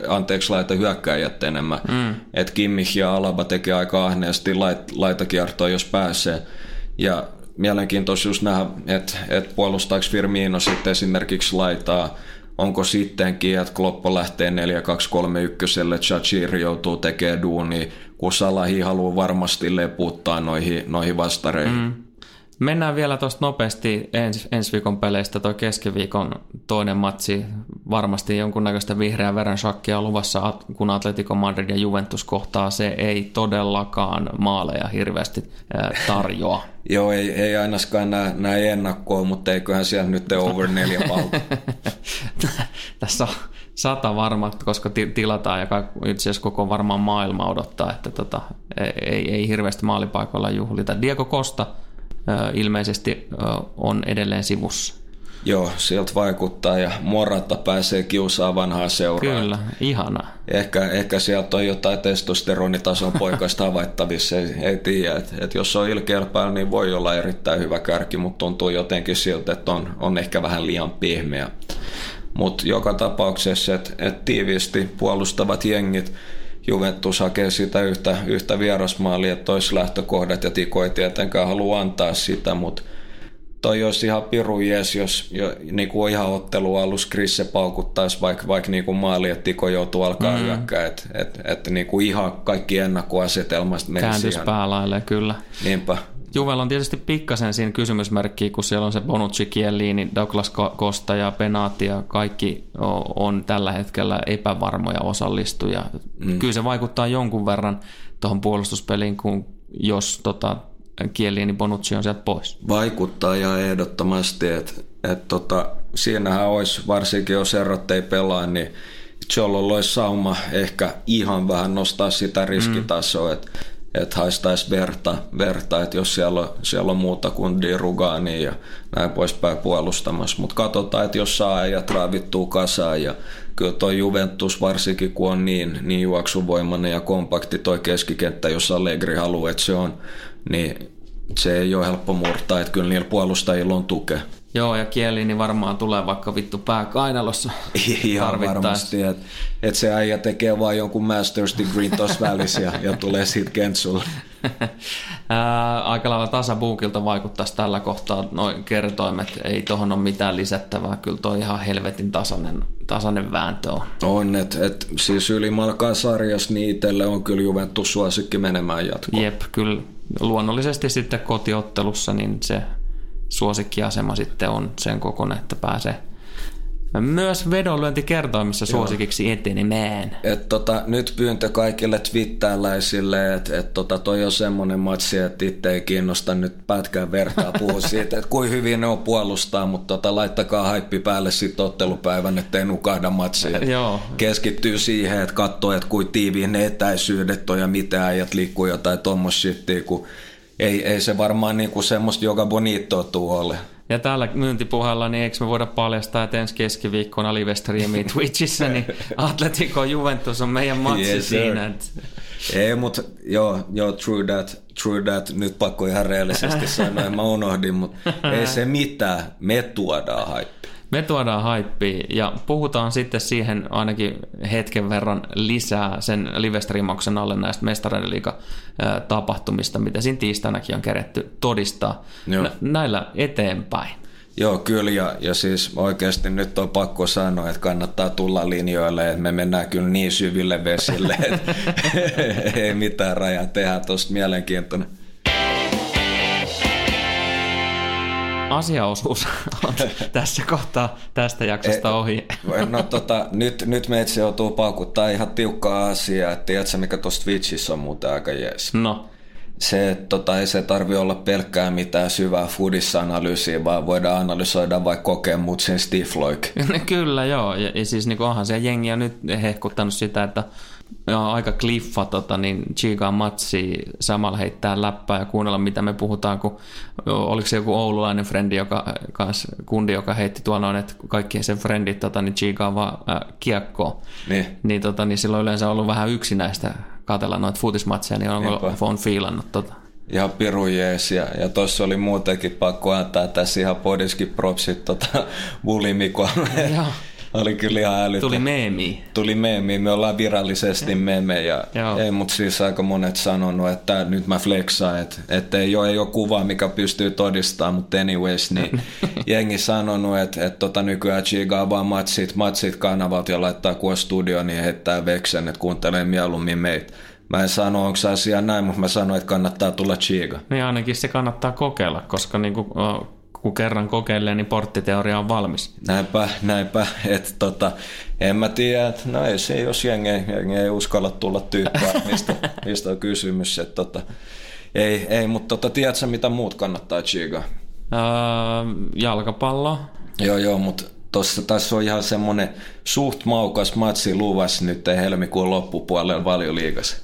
hyökkääjät enemmän. Että Kimmich ja Alaba tekee aika ahneesti laitakiertoa, jos pääsee. Ja mielenkiintoista just nähdä, että puolustaako Firmino sitten esimerkiksi laitaa. Onko sittenkin, että Kloppo lähtee 4-2-3-1, Shaqiri joutuu tekemään duunia, kun Salahi haluaa varmasti leputtaa noihin vastareihin. Mennään vielä tuosta nopeasti ensi viikon peleistä. Toi keskiviikon toinen matsi, varmasti jonkunnäköistä vihreän verran shakkia luvassa, kun Atletico Madrid ja Juventus kohtaa. Se ei todellakaan maaleja hirveästi tarjoa. Joo, ei ainakaan näin ennakkoon, mutta eiköhän siellä nyt over 4 palta. Tässä on 100 varmat, koska tilataan, ja itse asiassa koko varmaan maailma odottaa, että ei hirveästi maalipaikoilla juhlita. Diego Costa ilmeisesti on edelleen sivussa. Joo, sieltä vaikuttaa, ja Morata pääsee kiusaamaan vanhaa seuraa. Kyllä, ihanaa. Ehkä sieltä on jotain testosteronitason poikasta havaittavissa, ei tiedä. Että jos on ilkeällä päällä, niin voi olla erittäin hyvä kärki, mutta tuntuu jotenkin siltä, että on ehkä vähän liian pehmeä. Mutta joka tapauksessa, että tiiviisti puolustavat jengit, Juventus hakee sitä yhtä vierasmaalia, että tois lähtökohdat, ja Tiko ei tietenkään halua antaa sitä, mutta toi olisi ihan pirun jees, jos niin kuin ihan ottelun alussa Krisse paukuttaisi vaikka niin kuin maali, että Tiko joutuu alkaa hyökkää, että niin kuin ihan kaikki ennakkoasetelmasta menisi kääntys päälailleen, kyllä. Niinpä. Juvella on tietysti pikkasen siinä kysymysmerkkiä, kun siellä on se Bonucci, Chiellini, Douglas Costa ja Penati, ja kaikki on tällä hetkellä epävarmoja osallistujia. Kyllä se vaikuttaa jonkun verran tuohon puolustuspeliin, jos Chiellini, Bonucci on sieltä pois. Vaikuttaa ja ehdottomasti, että siinähän olisi, varsinkin jos Errot ei pelaa, niin Chololla olisi sauma ehkä ihan vähän nostaa sitä riskitasoa, että haistaisi verta, että jos siellä on muuta kuin Di Rugani ja näin poispäin puolustamassa. Mutta katsotaan, että jos saa ja raavittuu kasaan, ja kyllä toi Juventus varsinkin, kun on niin juoksuvoimainen ja kompakti toi keskikenttä, jos Allegri haluaa, että se on, niin se ei ole helppo murtaa, että kyllä niillä puolustajilla on tukea. Joo, ja Chiellini varmaan tulee vaikka vittu pää kainalossa. Ihan varmasti, että se äijä tekee vaan jonkun Masters Degree tuossa välissä ja tulee siitä kentsulle. Aika lailla tasabuukilta vaikuttaisi tällä kohtaa noin kertoimet. Ei tohon ole mitään lisättävää. Kyllä toi ihan helvetin tasainen vääntö on. On, että siis ylimalkaan sarjassa niin itselle on kyllä Juventus suosikki menemään jatkoon. Jep, kyllä luonnollisesti sitten kotiottelussa niin se suosikkiasema sitten on sen kokoinen, että pääsee myös vedonlyöntikertoimissa suosikiksi etenemään. Nyt pyyntö kaikille twittääläisille, että toi on semmoinen matsi, että itse ei kiinnosta nyt pätkään vertaa puhua siitä, että kuin hyvin ne on puolustaa, mutta laittakaa haippi päälle sitten ottelupäivän, ettei nukahda matsiin. Keskittyy siihen, että katsoo, että kuin tiiviin ne etäisyydet on ja mitä äijät liikkuu jotain tommoista shittia, kun ei se varmaan niinku semmoista joka bonitoa tuu ole. Ja täällä myyntipuheella, niin eikö me voida paljastaa, että ensi keskiviikkona live-streamiin Twitchissä, niin Atletico Juventus on meidän matsi yes, siinä. Ei, mutta joo, true that. Nyt pakko ihan reellisesti sanoa, en mä unohdin, mutta ei se mitään. Me tuodaan hype. Me tuodaan haippia ja puhutaan sitten siihen ainakin hetken verran lisää sen live-streamauksen alle näistä Mestareiden liiga-tapahtumista, mitä siinä tiistainakin on keretty todistaa näillä eteenpäin. Joo, kyllä ja siis oikeasti nyt on pakko sanoa, että kannattaa tulla linjoille, että me mennään kyllä niin syville vesille, että ei mitään rajaa tehdä tuosta mielenkiintoinen. Asiaosuus on tässä kohtaa tästä jaksosta ohi. No nyt meitä joutuu paukuttaa ihan tiukkaa asiaa. Tiedätkö mikä tuossa Twitchissä on muuten aika jees? No. Se, ei se tarvitse olla pelkkää mitään syvää foodissa-analyysiä, vaan voidaan analysoida vaikka kokemuksen stifloik. Kyllä joo, ja siis niin onhan se jengi on nyt hehkuttanut sitä, että aika kliffa niin Chigaan matsi samalla heittää läppää ja kuunnella mitä me puhutaan, kun oliko se joku oululainen kundi, joka heitti tuolla noin, että kaikki sen frendit niin Chigaan vaan kiekkoon. Niin silloin yleensä ollut vähän yksinäistä katsella noita futismatseja, niin on fiilannut Ihan pirun jees, ja tuossa oli muutenkin pakko antaa tässä ihan podiskin propsit Bulimikolle. Joo. Oli kyllä ihan älytön. Tuli meemi. Me ollaan virallisesti meme. Ei, mutta siis aika monet sanonut, että nyt mä flexaan, että ei ole kuvaa, mikä pystyy todistamaan, mutta anyways, niin jengi sanonut, että nykyään chigaa vaan matsit kanavalta ja laittaa kun studioon, niin heittää veksen, että kuuntelee mieluummin meitä. Mä en sano, onko se asia näin, mutta mä sanoin, että kannattaa tulla chiga. Niin ainakin se kannattaa kokeilla, koska niinku kun kerran kokeilee, niin porttiteoria on valmis. Näinpä. Että en mä tiedä, että no ei se, jos jengi ei uskalla tulla tyyppää, mistä on kysymys. Että ei, mutta tiedätkö mitä muut kannattaa chigaa? Jalkapallo. Joo, mutta tässä on ihan semmoinen suht maukas matsi luvassa nyt helmikuun loppupuolella Valioliigassa.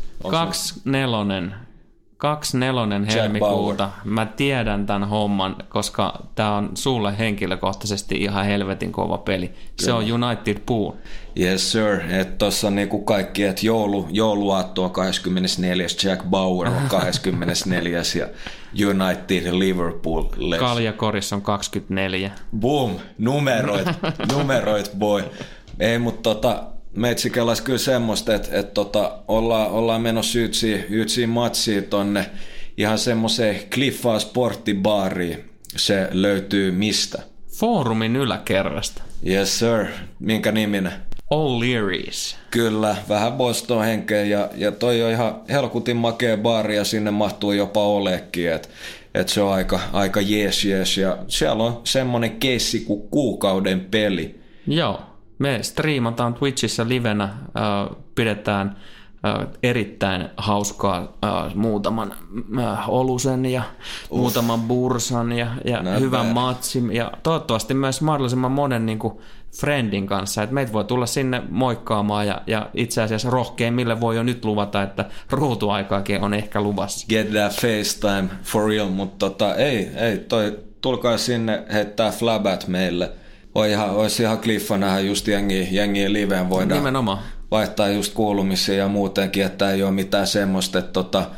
24. helmikuuta. Mä tiedän tämän homman, koska tää on sulle henkilökohtaisesti ihan helvetin kova peli. Kyllä. Se on United Pool. Yes sir. Että tossa on niinku kaikki, että jouluaatto on 24. Jack Bauer on 24. ja United Liverpool. Kaljakoris on 24. Boom! Numeroit boy. Ei, mutta meitsi kellas kyllä semmoista, että ollaan menossa ytsiin matsiin tonne ihan semmoiseen Cliffaa sporttibaariin. Se löytyy mistä? Foorumin yläkerrasta. Yes sir. Minkä niminen? O'Leary's. Kyllä, vähän Boston henkeä ja toi on ihan helkutin makea baari ja sinne mahtuu jopa olekin, että se on aika jees ja siellä on semmoinen keissi kuin kuukauden peli. Joo. Me striimataan Twitchissä livenä, pidetään erittäin hauskaa muutaman olusen ja muutaman bursan ja hyvän matsin ja toivottavasti myös mahdollisimman monen niin kuin friendin kanssa, että meitä voi tulla sinne moikkaamaan ja itse asiassa rohkeimmille voi jo nyt luvata, että ruutuaikaakin on ehkä luvassa. Get that FaceTime for real, mutta ei, tulkaa sinne heittää flabat meille. Olisi ihan kliffa nähdä just jengiä liveen, voidaan nimenomaan vaihtaa just kuulumisia ja muutenkin, että ei ole mitään semmoista, että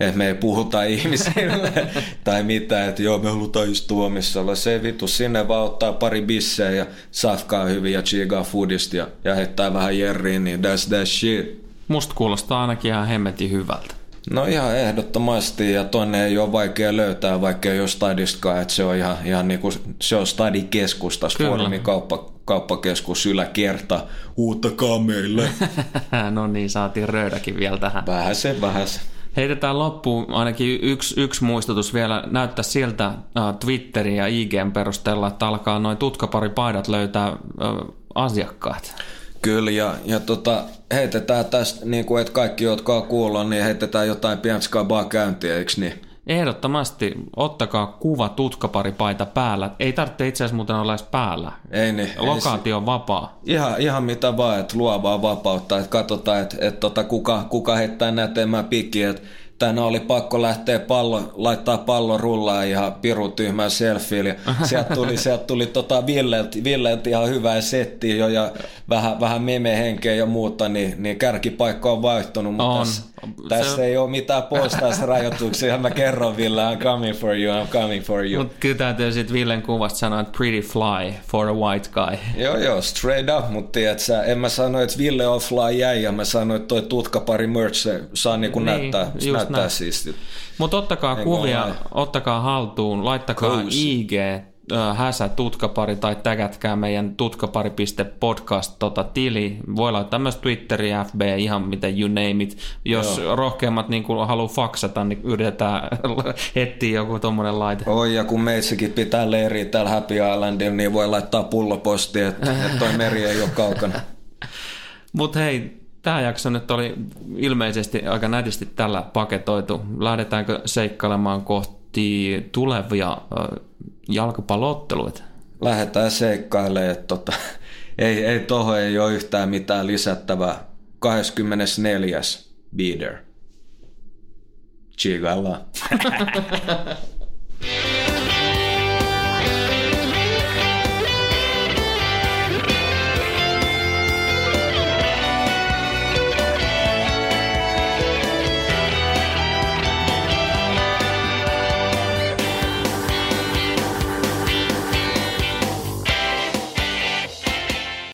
että me ei puhuta ihmisille tai mitään, että joo, me halutaan istua missä olla. Se vitu sinne vaan ottaa pari bissejä ja safkaa hyvin ja chigaa foodista ja heittää vähän jerriin, niin that's that shit. Musta kuulostaa ainakin ihan hemmetin hyvältä. No ihan ehdottomasti, ja tonne ei ole vaikea löytää, vaikka ei ole stadistakaan, että se on ihan niin kuin, se on stadikeskusta, Formin kauppakeskus yläkerta, uuttakaa meille. No niin, saatiin röydäkin vielä tähän. Vähäsen. Heitetään loppuun ainakin yksi muistutus vielä. Näyttää siltä Twitterin ja IGn perusteella, että alkaa noin tutkaparipaidat löytää asiakkaat. Kyllä, ja heitetään tästä, niin kuin, että kaikki, jotka on kuullut, niin heitetään jotain pienskabaa käyntiä, eikö niin? Ehdottomasti ottakaa kuva tutkaparipaita päällä. Ei tarvitse itse asiassa muuten olla edes päällä. Ei niin. Lokaatio on vapaa. Ihan mitä vaan, että luovaa vapautta. Että katsotaan, että kuka heittää nätemään pikkiä, että tänään oli pakko lähteä laittaa pallo rullaan ihan pirun tyhmään selfieille. Sieltä tuli Villeltä ihan hyvää settiä jo ja vähän meme-henkeä ja muuta, niin kärkipaikka on vaihtunut, mutta tässä ei ole mitään postausrajoituksia. Mä kerron Ville, I'm coming for you. Mutta kyllä täytyy sitten Villen kuvasta sanoa, että pretty fly for a white guy. Joo, straight up, mutta tiedätkö, en mä sano, että Ville on fly jäi, mä sanoin, että toi tutkapari merch se saa niinku näyttää siistiä. Mutta ottakaa kuvia, ottakaa haltuun, laittakaa IG, häsä tutkapari tai tägätkää meidän tutkapari.podcast tili. Voi laittaa myös Twitteri, FB, ihan miten you name it. Jos rohkeammat niin haluaa faksata, niin yritetään etsiä joku tommonen laite. Oi, ja kun meissäkin pitää leiriä täällä Happy Islandilla, niin voi laittaa pullopostia, että toi meri ei ole kaukana. Mut hei, tämä jakso nyt oli ilmeisesti aika nätisti tällä paketoitu. Lähdetäänkö seikkailemaan kohti tulevia jalkapallo-otteluita? Lähdetään seikkailemaan, että ei tohon ei ole yhtään mitään lisättävää. 24. Beater. Chigaillaan.